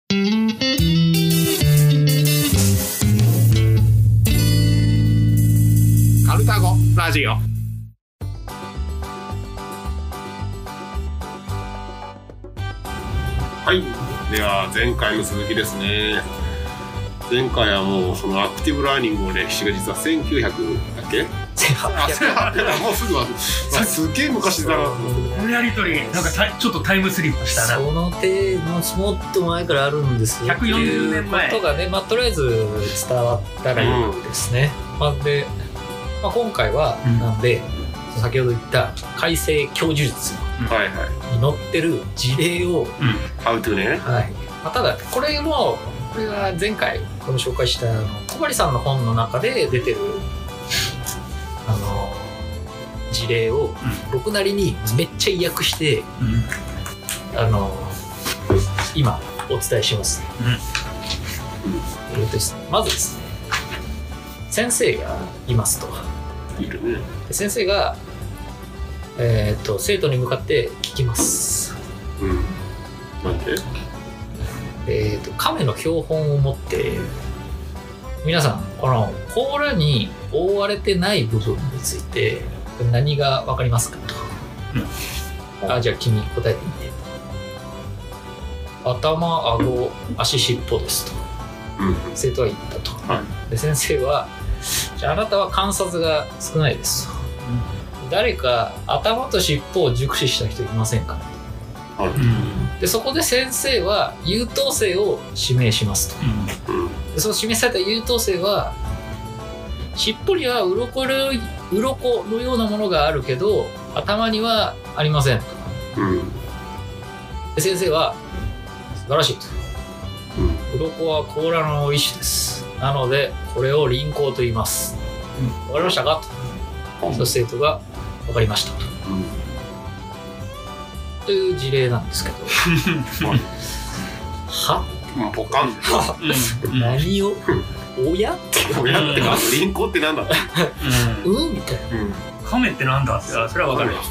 カルタゴラジオ。 はい、では前回の続きですね。前回はもうそのアクティブラーニングの歴史が実は1900だっけ1800もうすぐはすげえ昔だな。 このやりとりなんかちょっとタイムスリップしたな。 その手のもっと前からあるんですよ 140年前っていうことがね、とりあえず伝わったらいいですね。で、今回は、なんで先ほど言った改正教授術はいはいに載ってる事例を、 How to ね。 はい。ただこれは前回この紹介した小針さんの本の中で出てる事例を僕なりにめっちゃ意訳して、今お伝えします。ですね、まずですね、先生がいますと。 いるね。 先生が、生徒に向かって聞きます。 なんで？ 亀の標本を持って皆さんこの甲羅に覆われてない部分について何が分かりますかと、じゃあ君答えてみて。頭、顎、足、尻尾ですと、生徒は言ったと、で先生はじゃああなたは観察が少ないですと、誰か頭と尻尾を熟知した人いませんかでそこで先生は優等生を指名しますと、でその指名された優等生は尻尾には鱗のようなものがあるけど頭にはありませんと、で先生は素晴らしいと、鱗は甲羅の一種です、なのでこれを鱗甲と言います、わかりましたかと、その生徒がわかりましたと、という事例なんですけどはポカン何を親ってか輪行ってなんだってみたいな、 亀ってなんだって、それは分かるよ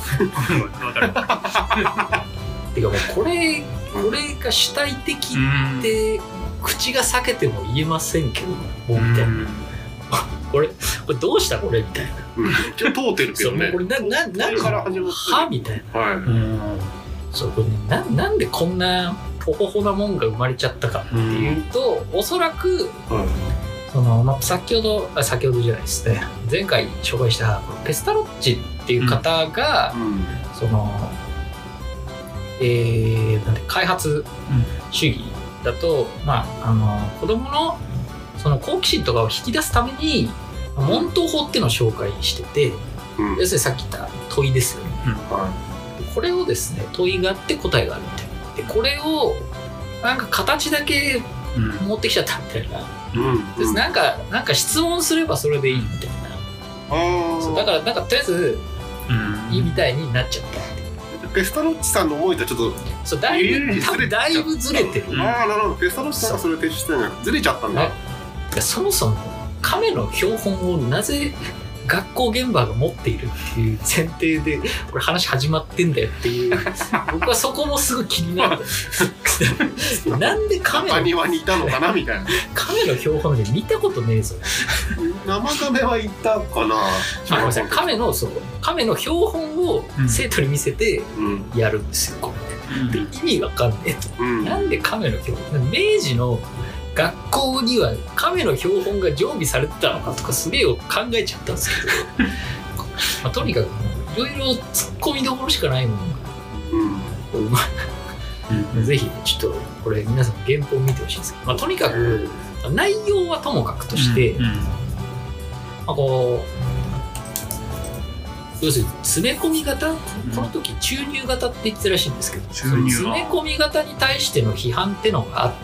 てかもうこれが主体的って口が裂けても言えませんけどもうみたいな、これどうしたこれみたいな、 一応通ってるけどね。 これ何から始まったはみたいな、そうこれ、ね、なんでこんなポホホなもんが生まれちゃったかっていうと、おそらく、先ほどじゃないですね、前回紹介したペスタロッチっていう方が、なんで開発主義だと、子供のその好奇心とかを引き出すために問答法っていうのを紹介してて、要するにさっき言った問いですよね、これをですね、問いがあって答えがあるみたいな、でこれをなんか形だけ持ってきちゃったみたいな、なんか質問すればそれでいいみたいな、そうだからなんかとりあえずいいみたいになっちゃったっていう。 ペスタロッチさんの思いとはちょっとだいぶずれてる。 なるほど。ペスタロッチさんがそれを提出してるのがずれちゃったんだ。 そもそも亀の標本をなぜ学校現場が持っているっていう前提でこれ話始まってんだよっていう僕はそこもすごい気になるなんで中庭にいたのかなみたいな。 亀の標本で見たことねえぞ。 生亀はいたかな。 亀の標本を生徒に見せてやるんですよ、で意味わかんねえと、なんで亀の標本、明治の学校には亀の標本が常備されてたのかとかすげえ考えちゃったんですけどとにかくいろいろ突っ込みどころしかないものが、ぜひちょっとこれ皆さん原本見てほしいんですけど、とにかく内容はともかくとして、要するに詰め込み型、この時注入型って言ってたらしいんですけど、詰め込み型に対しての批判ってのがあって、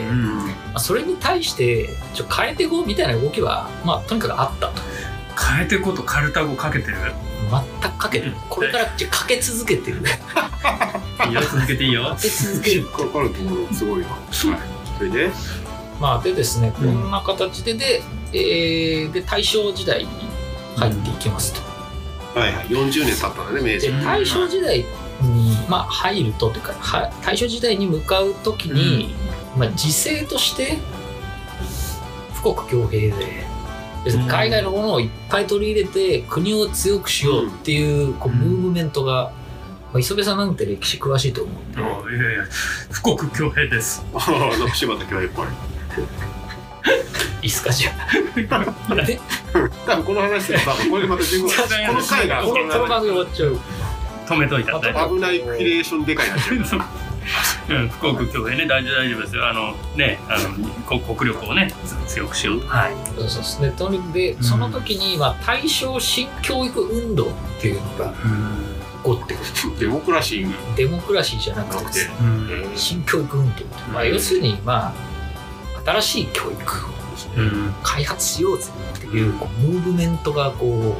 それに対して変えていこうみたいな動きはとにかくあったと。 変えていこうとカルタゴかけてる？ 全くかけてる。これからかけ続けてる。 いいよ、続けていいよ。 かけ続ける。 かかるところすごいな。それででですね、こんな形でで大正時代に入っていきますと。 40年経ったんだね、明治。 大正時代に入るとというか、大正時代に向かう時に、 まあ、時勢として富国強兵で、別に海外のものをいっぱい取り入れて国を強くしようっていう、こうムーブメントが、まあ、磯部さんなんて歴史詳しいと思うんで、 いやいや富国強兵です。 なんか柴田恭平っぽい。 いいっすかじゃあね、 多分この話するとこれでまた15分この回がこの番組終わっちゃう。 止めといたら大丈夫。 危ないクリエーションでかいなっちゃう。 富国強兵ね、大丈夫ですよ。国力をね強くしようと。はい。 そうですね。とにかくで、その時にまあ大正新教育運動っていうのが起こってくる。 デモクラシーデモクラシーじゃなくてですね、新教育運動、まあ要するにまあ新しい教育を開発しようぜっていうこうムーブメントがこ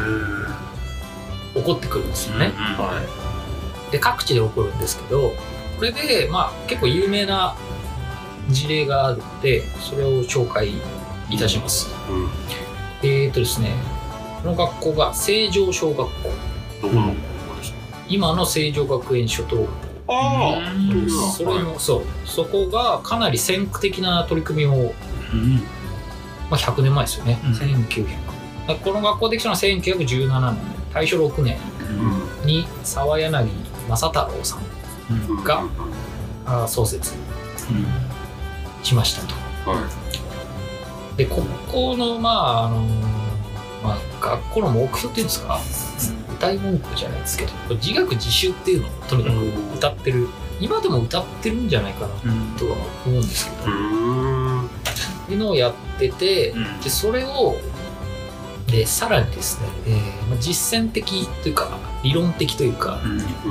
う起こってくるんですよね。で各地で起こるんですけど、これでまあ結構有名な事例があるのでそれを紹介いたします。ですね、この学校が成城小学校。 どこの学校でした？ 今の成城学園初等。それのそこがかなり先駆的な取り組みを、まあ、100年前ですよね、1900。この学校できたのは1917年、大正6年に沢柳正太郎さんが創設しましたと。でここのまあ学校の目標っていうんですか、歌い文句じゃないですけど、自学自習っていうのをとにかく歌ってる、今でも歌ってるんじゃないかなとは思うんですけど、っていうのをやってて、でそれをでさらにですね、実践的というか理論的というか、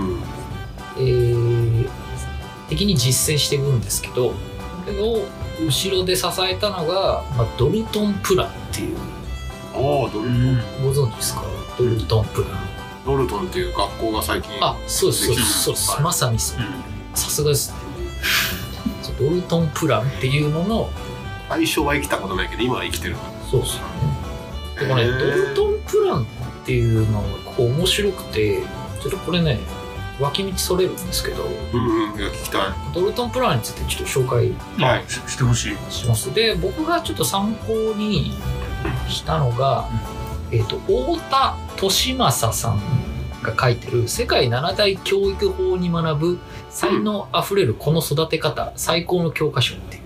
的に実践していくんですけど、これを後ろで支えたのが、まあ、ドルトンプランっていう。 ドルトンご存知ですか？ドルトンプラン。 ドルトンっていう学校が最近。 そうですまさにそう。さすがですね。ドルトンプランっていうものを最初は生きたことないけど今は生きてる。 そうですよね。でもね、ドルトンプランっていうのがここ面白くて、ちょっとこれね脇道それるんですけど、 いや聞きたい。 ドルトンプランについてちょっと紹介してほしいします。で僕がちょっと参考にしたのが、太田利正さんが書いてる世界7大教育法に学ぶ才能あふれる子の育て方、最高の教科書っていう。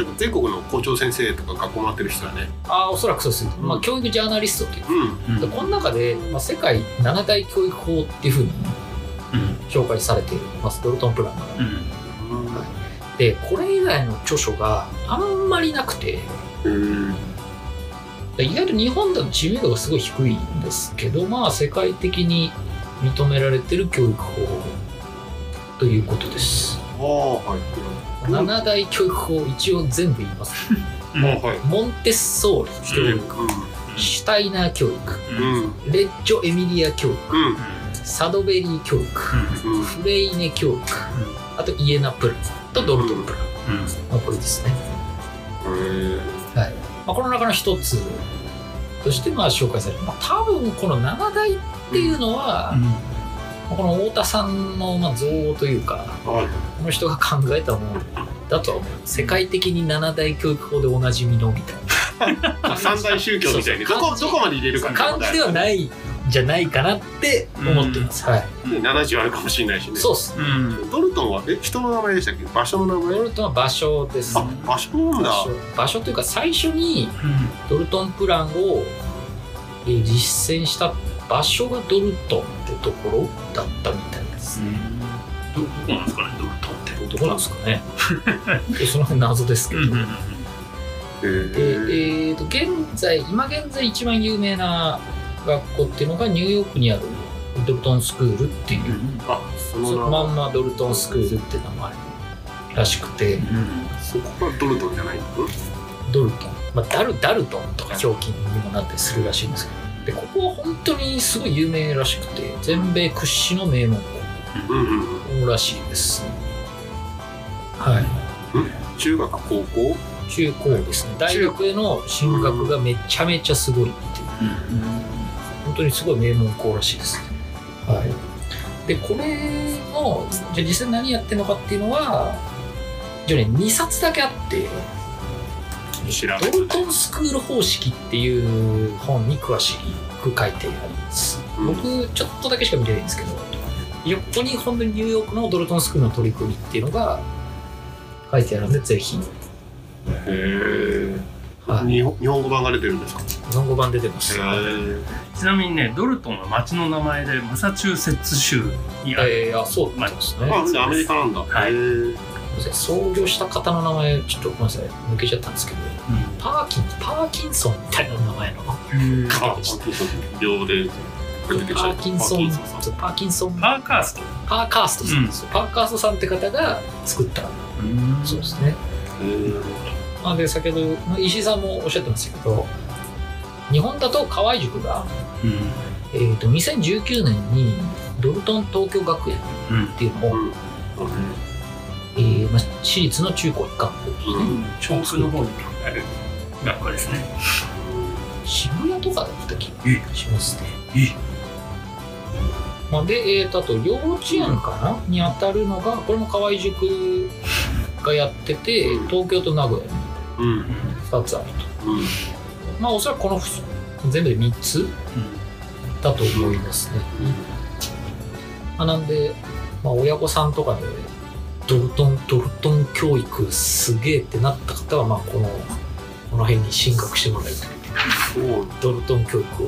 全国の校長先生とか学校回ってる人はね。 おそらくそうです。まあ教育ジャーナリストっていう。でこの中で、まあ、世界7大教育法っていうふうに紹介されています、ドルトンプランが。でこれ以外の著書があんまりなくて。意外と日本だと知名度がすごい低いんですけど、まあ世界的に認められてる教育法ということです。7大教育法一応全部言います。モンテッソーリ教育、シュタイナー教育、レッジョ・エミリア教育、サドベリー教育、フレイネ教育、あとイエナプランとドルトンプラン、これですね。はい。この中の一つとしてまあ紹介される、多分この7大っていうのは、この太田さんの造語というか、この人が考えたものだとは思う。世界的に7大教育法でおなじみのみたいな三大宗教みたいにどこまで入れるかみたいな感じではないじゃないかなって思ってます。 70あるかもしれないしね。 そうっす。 ドルトンは人の名前でしたっけ？場所の名前？ドルトンは場所です。 場所なんだ。 場所というか最初にドルトンプランを実践した場所がドルトンってところだったみたいですね。 どこなんですかね、ドルトンって。 どこなんですかね。その辺謎ですけど。今現在一番有名な学校っていうのがニューヨークにあるドルトンスクールっていう、そのまんまドルトンスクールって名前らしくて、 そこがドルトンじゃないの？ ドルトン、ダルトンとか表記にもなったりするらしいんですけど、でここは本当にすごい有名らしくて全米屈指の名門校らしいです。はい。 中学高校？ 中高ですね。大学への進学がめちゃめちゃすごいっていう、本当にすごい名門校らしいです。はい。でこれのじゃあ実際何やってるのかっていうのは、 一応ね2冊だけあって、ドルトンスクール方式っていう本に詳しく書いてあります。僕ちょっとだけしか見てないんですけど、横に本当にニューヨークのドルトンスクールの取り組みっていうのが書いてあるので、ぜひ。 はい、日本語版が出てるんですか？ 日本語版出てます。 ちなみにね、ドルトンは町の名前でマサチューセッツ州にある。 そうなんですね。 アメリカなんだ。 はい。 創業した方の名前ちょっとごめんなさい抜けちゃったんですけど、パーキンソンみたいな名前の方でした。 秒でパーキンソンパーカーストさんです。パーカーストさんって方が作ったそうですね。で先ほど石井さんもおっしゃってましたけど、日本だと河合塾が、2019年にドルトン東京学園っていうのを、私立の中高一貫校ですね。 調布の方にある学校ですね。 渋谷とかだった気がしますね。で、あと幼稚園かなに当たるのが、これも河合塾がやってて、東京と名古屋に2つあると。おそらくこの全部で3つだと思いますね。なんで、親御さんとかでドルトン教育すげえってなった方は、この辺に進学してもらえると、ドルトン教育を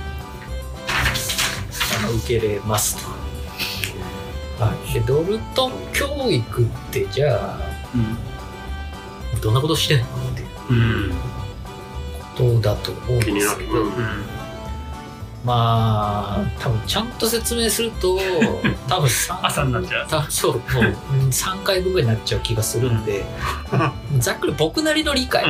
受けれますと。でドルトン教育ってじゃあ、どんなことしてんのっていうことだと思うんですけど、多分ちゃんと説明すると多分朝になっちゃう。 そう、もう3回分ぐらいになっちゃう気がするんで、ざっくり僕なりの理解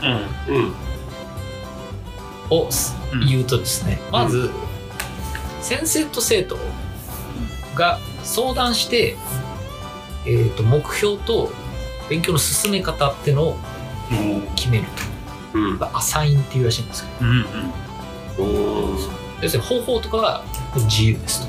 を言うとですね、まず先生と生徒が相談して、目標と勉強の進め方っていうのを決めると、アサインっていうらしいんですけど、要するに方法とかは自由です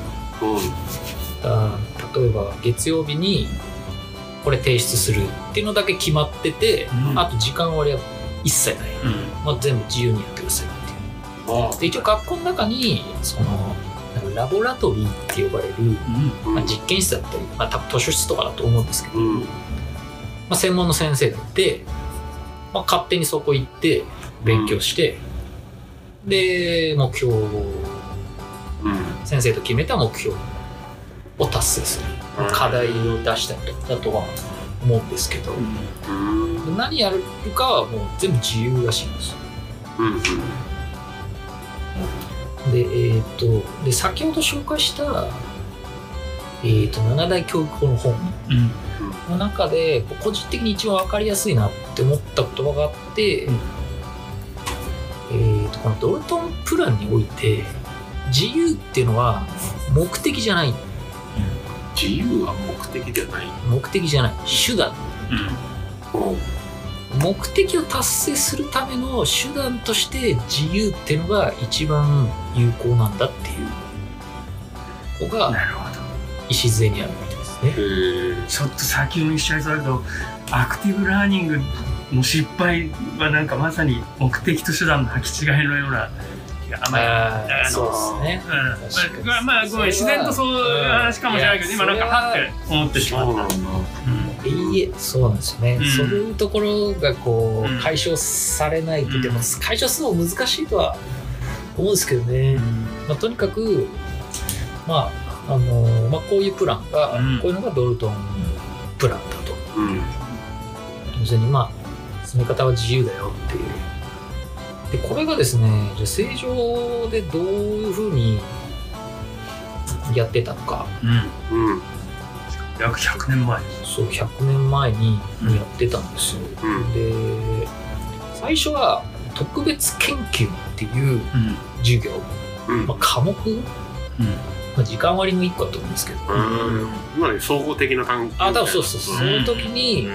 と。例えば月曜日にこれ提出するっていうのだけ決まってて、あと時間割は一切ない、全部自由にやってくださいっていう。で一応学校の中にそのラボラトリーって呼ばれる、実験室だったり、多分図書室とかだと思うんですけど、専門の先生がいて、勝手にそこ行って勉強して、で目標を、先生と決めた目標を達成する、課題を出したりとかだとは思うんですけど、何やるかはもう全部自由らしいんですよ。で先ほど紹介した7大教育法の本の中で、個人的に一番分かりやすいなって思った言葉があって、このドルトンプランにおいて自由っていうのは目的じゃない。 自由は目的じゃない。 目的じゃない、手段。目的を達成するための手段として自由っていうのが一番有効なんだっていうのが礎にあるみたいですね。 ちょっと先読みしちゃいそうだけど、アクティブラーニングの失敗はなんかまさに目的と手段の履き違いのような気がそうですね。 ごめん、自然とそういう話かもしれないけど、今なんかパッて思ってしまった。 そうなんですよね。そういうところがこう解消されないと、でも解消するのも難しいとは思うんですけどね。とにかくこういうプランが、こういうのがドルトンプランだと。要するに進め方は自由だよっていう。でこれがですね、じゃあ正常でどういうふうにやってたのか。 約100年前。 そう、100年前にやってたんですよ。で最初は特別研究っていう授業、科目、時間割の1個だと思うんですけど、 総合的な関係。 多分そうその時に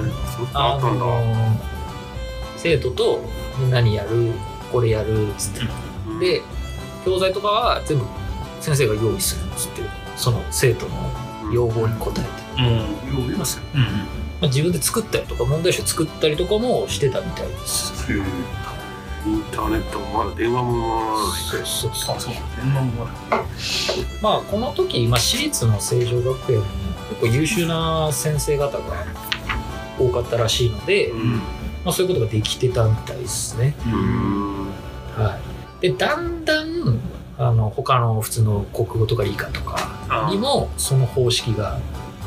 生徒と何やる、これやるっつって、で教材とかは全部先生が用意するっつって、その生徒の要望に応えて、 用意ますよ。 自分で作ったりとか問題集作ったりとかもしてたみたいです。 インターネットもまだ電話も回らない。 そうあ、そう電話もまあこの時、私立の成城学園に結構優秀な先生方が多かったらしいので、そういうことができてたみたいですね。はい、でだんだん他の普通の国語とか理科とかにもその方式が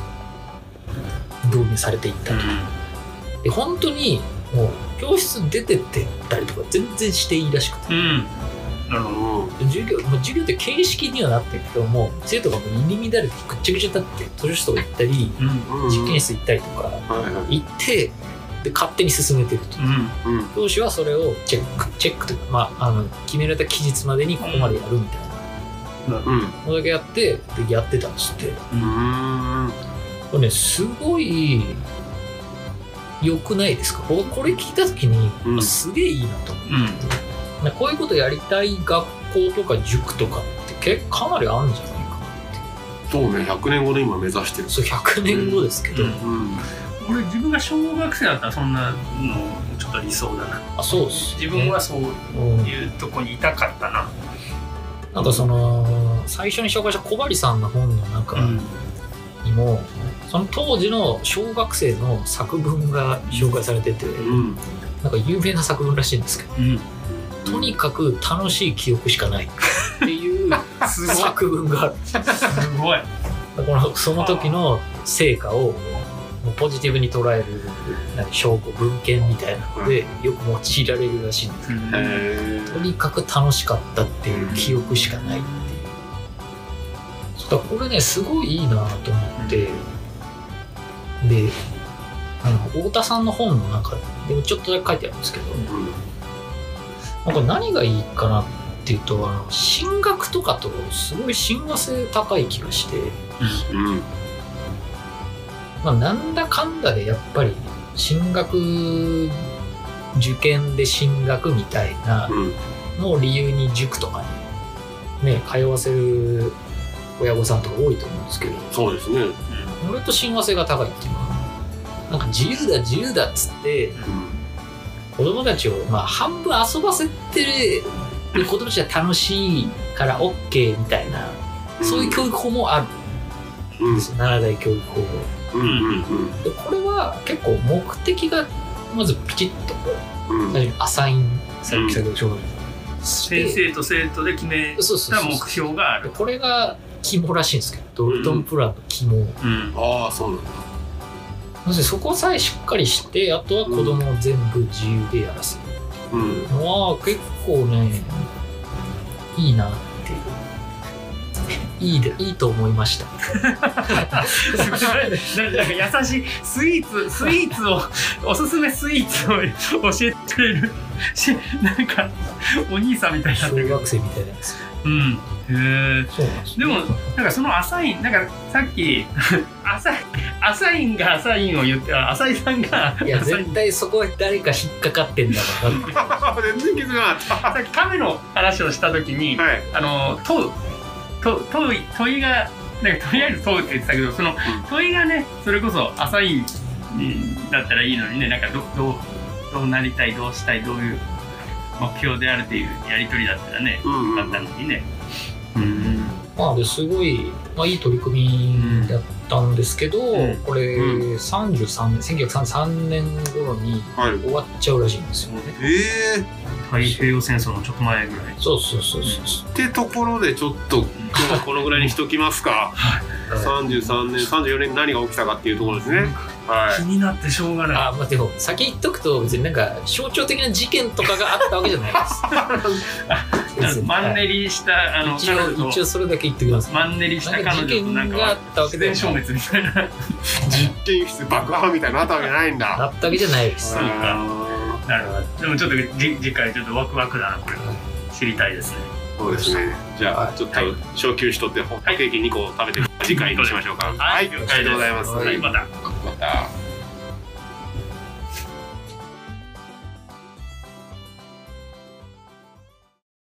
導入されていったと。で本当にもう教室出てってたりとか全然していいらしくて、 なるほど。 授業って形式にはなってるけども、生徒がもう入り乱れてぐっちゃぐちゃ立って図書室行ったり、実験室行ったりとか行ってで勝手に進めてると、教師はそれをチェックというか、決められた期日までにここまでやるみたいなのだけやってでやってたんですって。これねすごい良くないですか？これ聞いた時に、すげえいいなと思って、こういうことやりたい学校とか塾とかってかなりあるんじゃないかなって。 そうね、100年後で今目指してる。 そう100年後ですけど、 俺自分が小学生だったらそんなのちょっと理想だな。 あ、そうです、 自分はそういうとこにいたかったな。 なんかその最初に紹介した小針さんの本の中にも、その当時の小学生の作文が紹介されてて、なんか有名な作文らしいんですけど、とにかく楽しい記憶しかないっていう作文がある。 すごい。 だからその時の成果をポジティブに捉える証拠文献みたいなのでよく用いられるらしいんですけど、とにかく楽しかったっていう記憶しかないっていう。だからこれねすごいいいなと思って、で太田さんの本の中でもちょっとだけ書いてあるんですけど、これ何がいいかなっていうと、進学とかとすごい親和性高い気がして、なんだかんだでやっぱり進学受験で進学みたいなのを理由に塾とかにね通わせる親御さんとか多いと思うんですけど、 そうですね。 俺と親和性が高いっていうのはなんか自由だっつって、子供たちを半分遊ばせてる子供たちは楽しいから OK みたいな、そういう教育法もあるんですよ、7代教育法。でこれは結構目的がまずピチッと最初にアサインされて先生と生徒で決めた目標がある。 これが肝らしいんですけど、ドルトンプランの肝。 ああ、そうなんだ。 そこさえしっかりして、あとは子供を全部自由でやらせるのは結構ねいいなっていう。いいと思いました。 なんか優しいスイーツをおすすめスイーツを教えてくれるし、なんかお兄さんみたいな小学生みたいなやつ。 でもなんかそのアサイン、なんかさっきアサインがアサインを言って、浅井さんがいや絶対そこは誰か引っかかってんだろうなって。 全然気づかなかった。 さっき亀の話をした時に、問いがなんかとりあえず問うって言ってたけど、その問いがね、それこそアサインだったらいいのにね、なんかどうなりたい、どうしたい、どういう目標であるっていうやり取りだったらね、だったのにね。 すごい、いい取り組みだったんですけど、これ1933年頃に終わっちゃうらしいんですよね。 太平洋戦争のちょっと前ぐらい。 そうってところでちょっと今日はこのぐらいにしときますか。33年34年に何が起きたかっていうところですね。 気になってしょうがない。 でも先言っとくと、別になんか象徴的な事件とかがあったわけじゃないです。 マンネリした一応それだけ言ってください。 マンネリした彼女となんか自然消滅みたいな実験室爆破みたいなのあったわけじゃないんだ。 あったわけじゃないです。 なるほど。でもちょっと次回ちょっとワクワクだな、これ知りたいですね。 そうですね。じゃあちょっと小休止取ってホットケーキ2個食べて次回にしましょうか。 はい、了解でございます。 また。